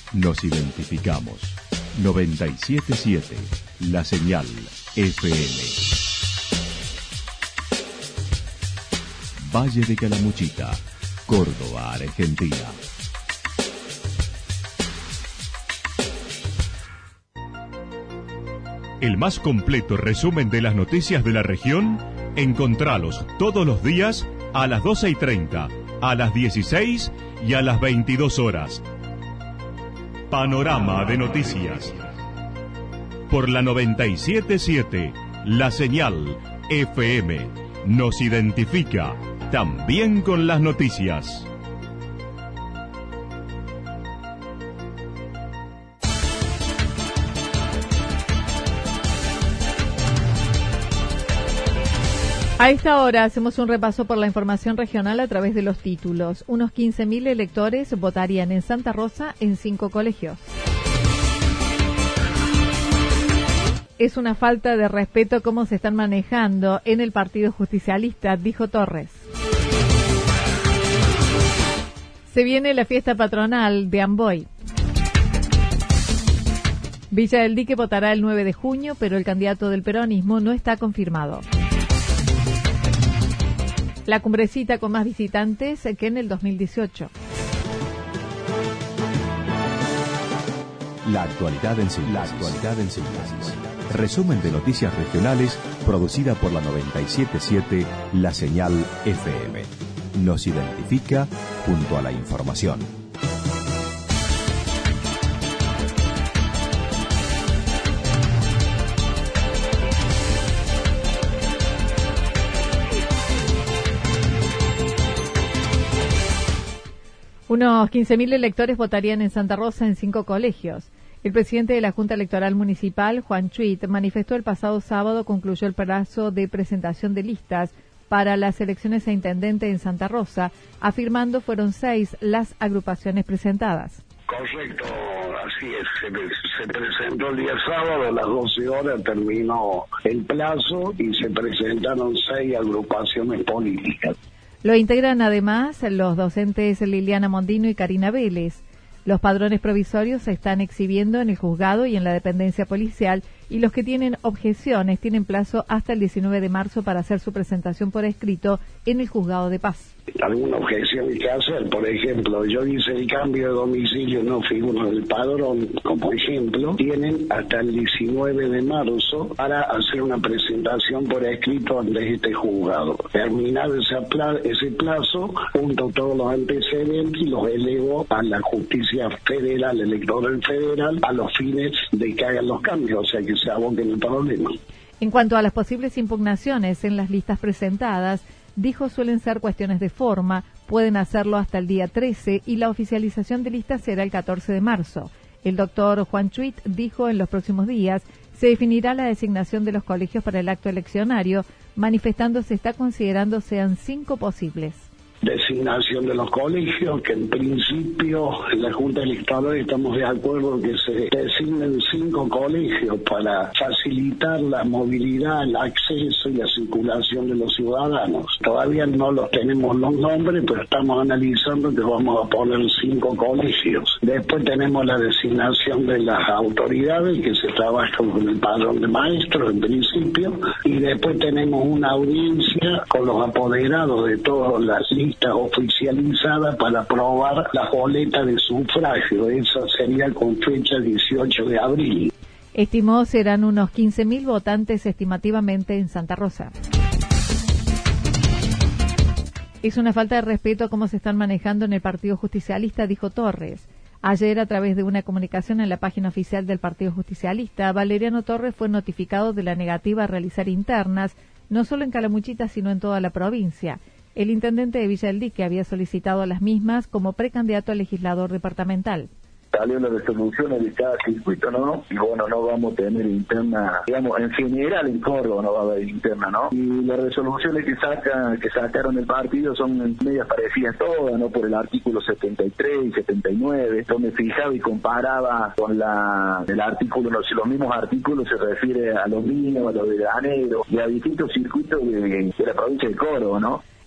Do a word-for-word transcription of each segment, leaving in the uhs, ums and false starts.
Nos identificamos. noventa y siete punto siete, La Señal F M. Valle de Calamuchita, Córdoba, Argentina. El más completo resumen de las noticias de la región, encontralos todos los días a las doce y treinta, a las dieciséis y a las veintidós horas. Panorama de Noticias. Por la noventa y siete punto siete, La Señal F M. Nos identifica también con las noticias. A esta hora hacemos un repaso por la información regional a través de los títulos. Unos quince mil electores votarían en Santa Rosa en cinco colegios. Es una falta de respeto cómo se están manejando en el Partido Justicialista, dijo Torres. Se viene la fiesta patronal de Amboy. Villa del Dique votará el nueve de junio, pero el candidato del peronismo no está confirmado. La cumbrecita con más visitantes que en el dos mil dieciocho. La actualidad en síntesis. La actualidad en síntesis. Resumen de noticias regionales producida por la noventa y siete punto siete La Señal F M. Nos identifica junto a la información. Unos quince mil electores votarían en Santa Rosa en cinco colegios. El presidente de la Junta Electoral Municipal, Juan Chuit, manifestó el pasado sábado concluyó el plazo de presentación de listas para las elecciones a intendente en Santa Rosa, afirmando fueron seis las agrupaciones presentadas. Correcto, así es. Se, se presentó el día sábado a las doce horas, terminó el plazo y se presentaron seis agrupaciones políticas. Lo integran además los docentes Liliana Mondino y Karina Vélez. Los padrones provisorios se están exhibiendo en el juzgado y en la dependencia policial y los que tienen objeciones tienen plazo hasta el diecinueve de marzo para hacer su presentación por escrito en el juzgado de paz. Alguna objeción que hacer, por ejemplo, yo hice el cambio de domicilio, no figuro en el padrón, como ejemplo, tienen hasta el diecinueve de marzo para hacer una presentación por escrito ante este juzgado. Terminado ese, pla- ese plazo, junto todos los antecedentes y los elevo a la justicia federal, electoral federal, a los fines de que hagan los cambios, o sea que se aboquen el problema. En cuanto a las posibles impugnaciones en las listas presentadas, dijo suelen ser cuestiones de forma, pueden hacerlo hasta el día trece y la oficialización de listas será el catorce de marzo. El doctor Juan Chuit dijo en los próximos días se definirá la designación de los colegios para el acto eleccionario, manifestando se está considerando sean cinco posibles. Designación de los colegios, que en principio en la Junta Electoral estamos de acuerdo que se designen cinco colegios para facilitar la movilidad, el acceso y la circulación de los ciudadanos. Todavía no los tenemos los nombres, pero estamos analizando que vamos a poner cinco colegios. Después tenemos la designación de las autoridades, que se trabaja con el padrón de maestros en principio, y después tenemos una audiencia con los apoderados de todas las listas oficializada para aprobar la boleta de sufragio. Esa sería con fecha dieciocho de abril. Estimó serán unos quince mil votantes estimativamente en Santa Rosa. Es una falta de respeto a cómo se están manejando en el Partido Justicialista, dijo Torres. Ayer, a través de una comunicación en la página oficial del Partido Justicialista, Valeriano Torres fue notificado de la negativa a realizar internas, no solo en Calamuchita, sino en toda la provincia. El intendente de Villa del Dique había solicitado a las mismas como precandidato a legislador departamental. Salió la resolución de cada circuito, ¿no? Y bueno, no vamos a tener interna, digamos, en general en Córdoba no va a haber interna, ¿no? Y las resoluciones que saca, que sacaron del partido son medias parecidas todas, ¿no? Por el artículo setenta y tres y setenta y nueve, donde fijaba y comparaba con la el artículo, los, los mismos artículos se refiere a los vinos, a los veraneros y a distintos circuitos de, de la provincia de Córdoba, ¿no?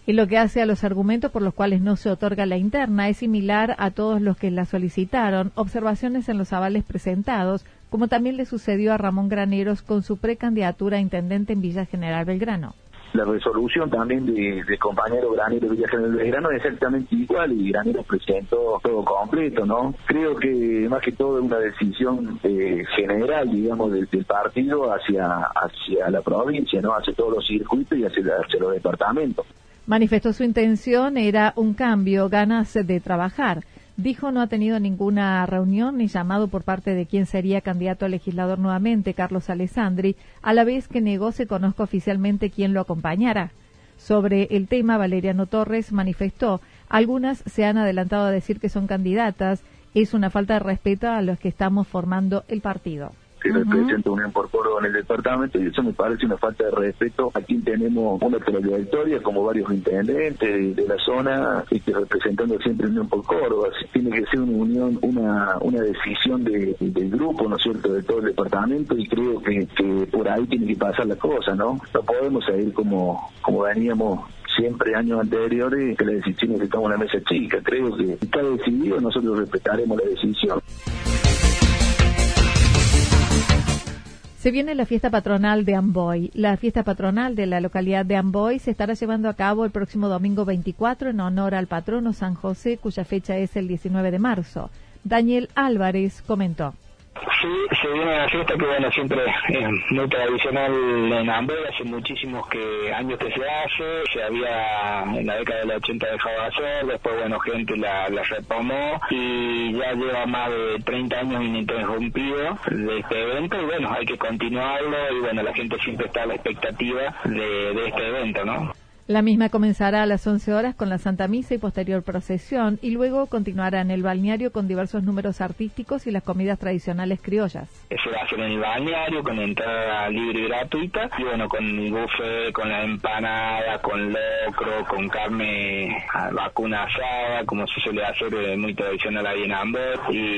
Y lo que hace a los argumentos por los cuales no se otorga la interna es similar a todos los que la solicitaron, observaciones en los avales presentados, como también le sucedió a Ramón Graneros con su precandidatura a intendente en Villa General Belgrano. La resolución también de, de compañero Granero de Villa General Belgrano es exactamente igual y Granero presentó todo completo, ¿no? Creo que más que todo es una decisión eh, general, digamos, del, del partido hacia hacia la provincia, ¿no? Hacia todos los circuitos y hacia, hacia los departamentos. Manifestó su intención era un cambio, ganas de trabajar. Dijo no ha tenido ninguna reunión ni llamado por parte de quien sería candidato a legislador nuevamente, Carlos Alessandri, a la vez que negó se conozca oficialmente quién lo acompañara. Sobre el tema, Valeriano Torres manifestó, algunas se han adelantado a decir que son candidatas, es una falta de respeto a los que estamos formando el partido. Que uh-huh. representa Unión por Córdoba en el departamento, y eso me parece una falta de respeto a quien tenemos una trayectoria como varios intendentes de, de la zona y que representando siempre Unión por Córdoba. Tiene que ser una unión, una una decisión de, del grupo, ¿no es cierto?, de todo el departamento, y creo que, que por ahí tiene que pasar la cosa, ¿no? No podemos seguir como, como veníamos siempre años anteriores, que las decisiones que toma una mesa chica. Creo que está decidido, nosotros respetaremos la decisión. Se viene la fiesta patronal de Amboy. La fiesta patronal de la localidad de Amboy se estará llevando a cabo el próximo domingo veinticuatro en honor al patrono San José, cuya fecha es el diecinueve de marzo. Daniel Álvarez comentó. Sí, se viene una fiesta que, bueno, siempre es muy tradicional en Amboy, hace muchísimos que años que se hace, se había en la década del ochenta dejado de hacer, después, bueno, gente la, la retomó y ya lleva más de treinta años ininterrumpido de este evento y, bueno, hay que continuarlo y, bueno, la gente siempre está a la expectativa de, de este evento, ¿no? La misma comenzará a las once horas con la Santa Misa y posterior procesión y luego continuará en el balneario con diversos números artísticos y las comidas tradicionales criollas. Se va a hacer en el balneario con entrada libre y gratuita y bueno, con el buffet, con la empanada, con locro, con carne vacuna asada, como se suele hacer eh, muy tradicional ahí en Amboy,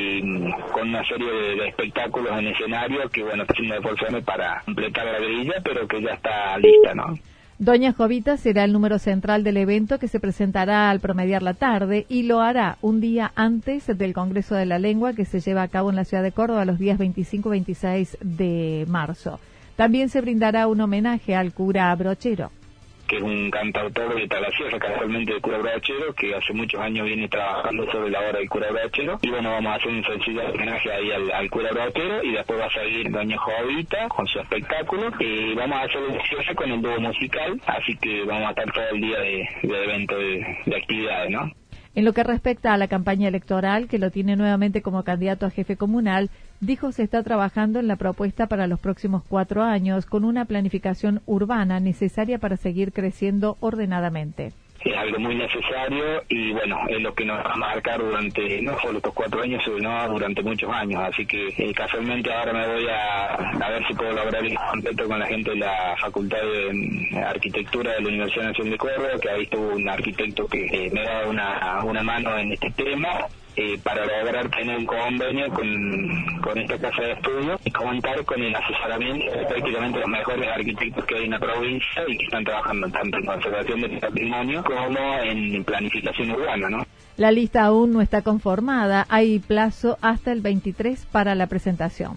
y con una serie de, de espectáculos en escenario que bueno, está haciendo esfuerzos para completar la grilla, pero que ya está lista, ¿no? Doña Jovita será el número central del evento que se presentará al promediar la tarde y lo hará un día antes del Congreso de la Lengua que se lleva a cabo en la ciudad de Córdoba los días veinticinco y veintiséis de marzo. También se brindará un homenaje al cura Brochero, que es un cantautor de Talasierra, casualmente de cura Brochero, que hace muchos años viene trabajando sobre la obra del cura Brochero, y bueno, vamos a hacer un sencillo homenaje ahí al, al cura Brochero, y después va a seguir Doña Jovita con su espectáculo, y vamos a hacer un cierre con el dúo musical, así que vamos a estar todo el día de, de evento, de, de actividades, ¿no? En lo que respecta a la campaña electoral, que lo tiene nuevamente como candidato a jefe comunal, dijo se está trabajando en la propuesta para los próximos cuatro años con una planificación urbana necesaria para seguir creciendo ordenadamente. Es algo muy necesario y bueno, es lo que nos va a marcar durante, no solo estos cuatro años, sino durante muchos años. Así que eh, casualmente ahora me voy a, a ver si puedo lograr el contacto con la gente de la Facultad de Arquitectura de la Universidad Nacional de Córdoba, que ahí estuvo un arquitecto que eh, me da una, una mano en este tema. Eh, para lograr tener un convenio con, con esta casa de estudio y contar con el asesoramiento de prácticamente los mejores arquitectos que hay en la provincia y que están trabajando tanto en conservación del patrimonio como en planificación urbana, ¿no? La lista aún no está conformada, hay plazo hasta el veintitrés para la presentación.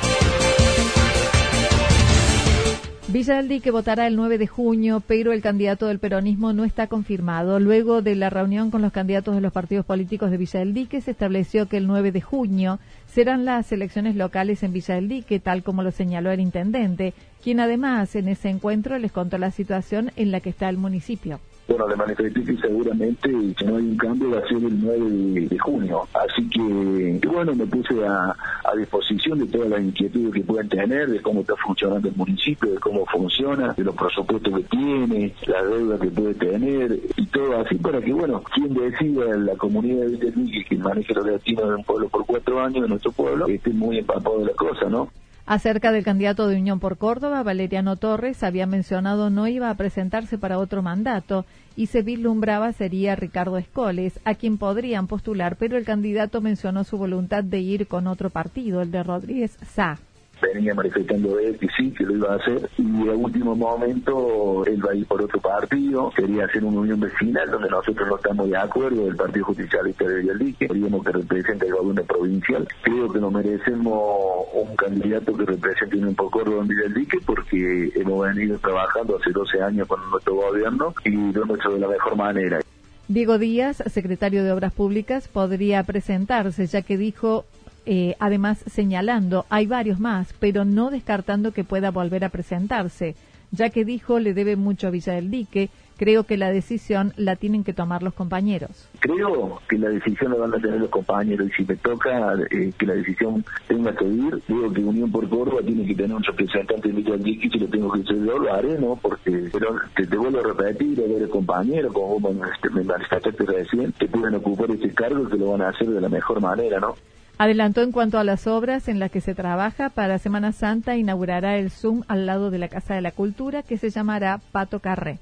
Villa del Dique votará el nueve de junio, pero el candidato del peronismo no está confirmado. Luego de la reunión con los candidatos de los partidos políticos de Villa del Dique, se estableció que el nueve de junio serán las elecciones locales en Villa del Dique, tal como lo señaló el intendente, quien además en ese encuentro les contó la situación en la que está el municipio. Bueno, le manifesté que seguramente si no hay un cambio va a ser el nueve de junio. Así que, bueno, me puse a, a disposición de todas las inquietudes que puedan tener, de cómo está funcionando el municipio, de cómo funciona, de los presupuestos que tiene, la deuda que puede tener, y todo así para que, bueno, quien decida la comunidad de Villa del Dique que maneje los destinos de un pueblo por cuatro años, de nuestro pueblo, esté muy empapado de la cosa, ¿no? Acerca del candidato de Unión por Córdoba, Valeriano Torres había mencionado no iba a presentarse para otro mandato y se vislumbraba sería Ricardo Escoles, a quien podrían postular, pero el candidato mencionó su voluntad de ir con otro partido, el de Rodríguez Sá. venía manifestando él que sí, que lo iba a hacer, y a último momento él va a ir por otro partido, quería hacer una unión vecinal donde nosotros no estamos de acuerdo, el Partido Justicialista de Villaldique, queríamos que represente el gobierno provincial. Creo que nos merecemos un candidato que represente un poco Córdoba en Villaldique, porque hemos venido trabajando hace doce años con nuestro gobierno y lo hemos hecho de la mejor manera. Diego Díaz, secretario de Obras Públicas, podría presentarse, ya que dijo, eh, además señalando, hay varios más, pero no descartando que pueda volver a presentarse, ya que dijo le debe mucho a Villa del Dique. Creo que la decisión la tienen que tomar los compañeros. Creo que la decisión la van a tener los compañeros, y si me toca eh, que la decisión tenga que ir, digo que Unión por Córdoba tiene que tener un representante de Villa del Dique, y si lo tengo que hacer yo, lo haré, ¿no? Porque, pero te, te vuelvo a repetir, a ver el compañero, como vos me manifestaste recién, que puedan ocupar ese cargo, que lo van a hacer de la mejor manera, ¿no? Adelantó en cuanto a las obras en las que se trabaja. Para Semana Santa inaugurará el Zoom al lado de la Casa de la Cultura, que se llamará Pato Carré.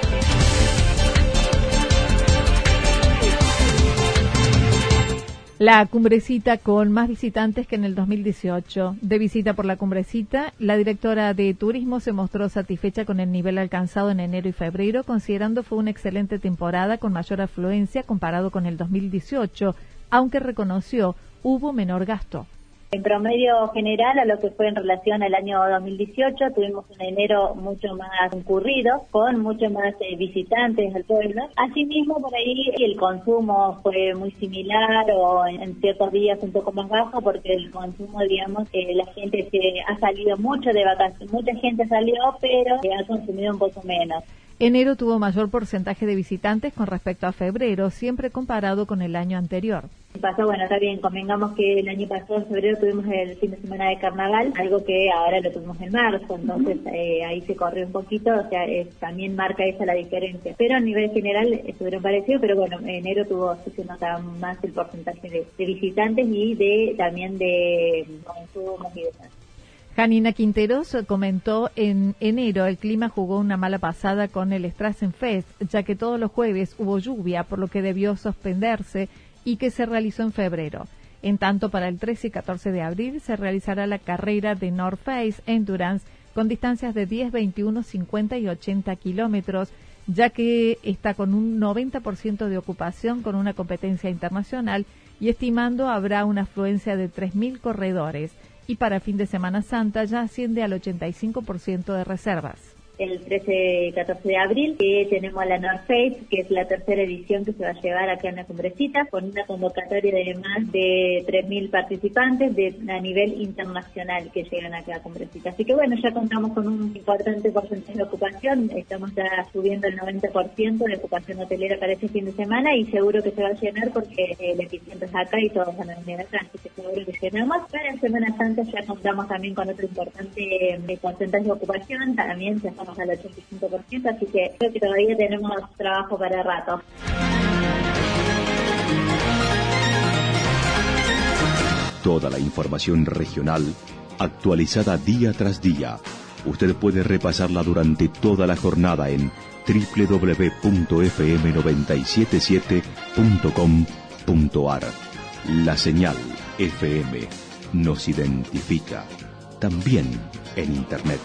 La Cumbrecita con más visitantes que en el dos mil dieciocho. De visita por la Cumbrecita, la directora de Turismo se mostró satisfecha con el nivel alcanzado en enero y febrero, considerando fue una excelente temporada con mayor afluencia comparado con el dos mil dieciocho, aunque reconoció hubo menor gasto. En promedio general, a lo que fue en relación al año dos mil dieciocho, tuvimos un enero mucho más concurrido, con mucho más eh, visitantes al pueblo. Asimismo, por ahí el consumo fue muy similar, o en, en ciertos días un poco más bajo, porque el consumo, digamos, eh, la gente se ha salido mucho de vacaciones, mucha gente salió, pero eh, ha consumido un poco menos. Enero tuvo mayor porcentaje de visitantes con respecto a febrero, siempre comparado con el año anterior. Pasó, bueno, está bien, convengamos que el año pasado, en febrero, tuvimos el fin de semana de carnaval, algo que ahora lo tuvimos en marzo, entonces eh, ahí se corrió un poquito, o sea, eh, también marca esa la diferencia. Pero a nivel general estuvieron parecidos, pero bueno, enero tuvo, se nota más el porcentaje de, de visitantes y de también de consumos y demás. Janina Quinteros comentó, en enero el clima jugó una mala pasada con el Straßenfest, ya que todos los jueves hubo lluvia, por lo que debió suspenderse y que se realizó en febrero. En tanto, para el trece y catorce de abril se realizará la carrera de North Face Endurance con distancias de diez, veintiuno, cincuenta y ochenta kilómetros, ya que está con un noventa por ciento de ocupación con una competencia internacional y estimando habrá una afluencia de tres mil corredores. Y para fin de Semana Santa ya asciende al ochenta y cinco por ciento de reservas. El trece y catorce de abril, que tenemos la North Face, que es la tercera edición que se va a llevar acá en la Cumbrecita, con una convocatoria de más de tres mil participantes de, a nivel internacional que llegan acá a Cumbrecita. Así que bueno, ya contamos con un importante porcentaje de ocupación, estamos ya subiendo el noventa por ciento de ocupación hotelera para este fin de semana, y seguro que se va a llenar porque el epicentro es acá y todos van a venir acá, así que seguro que llenamos. Para la Semana Santa ya contamos también con otro importante eh, porcentaje de ocupación, también ya estamos al ochenta y cinco por ciento, así que creo que todavía tenemos trabajo para rato. Toda la información regional actualizada día tras día. Usted puede repasarla durante toda la jornada en doble u doble u doble u punto efe eme noventa y siete siete punto com punto ar. La señal F M nos identifica también en Internet.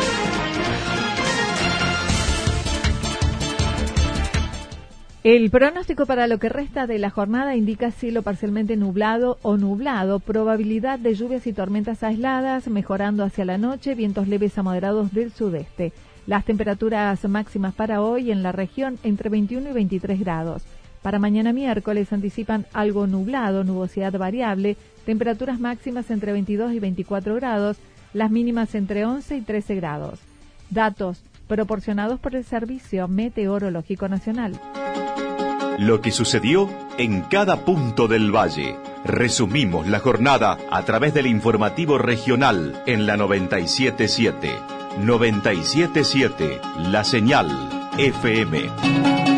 El pronóstico para lo que resta de la jornada indica cielo parcialmente nublado o nublado, probabilidad de lluvias y tormentas aisladas, mejorando hacia la noche, vientos leves a moderados del sudeste. Las temperaturas máximas para hoy en la región entre veintiuno y veintitrés grados. Para mañana miércoles anticipan algo nublado, nubosidad variable, temperaturas máximas entre veintidós y veinticuatro grados, las mínimas entre once y trece grados. Datos proporcionados por el Servicio Meteorológico Nacional. Lo que sucedió en cada punto del valle. Resumimos la jornada a través del informativo regional en la noventa y siete punto siete. noventa y siete punto siete, la señal F M.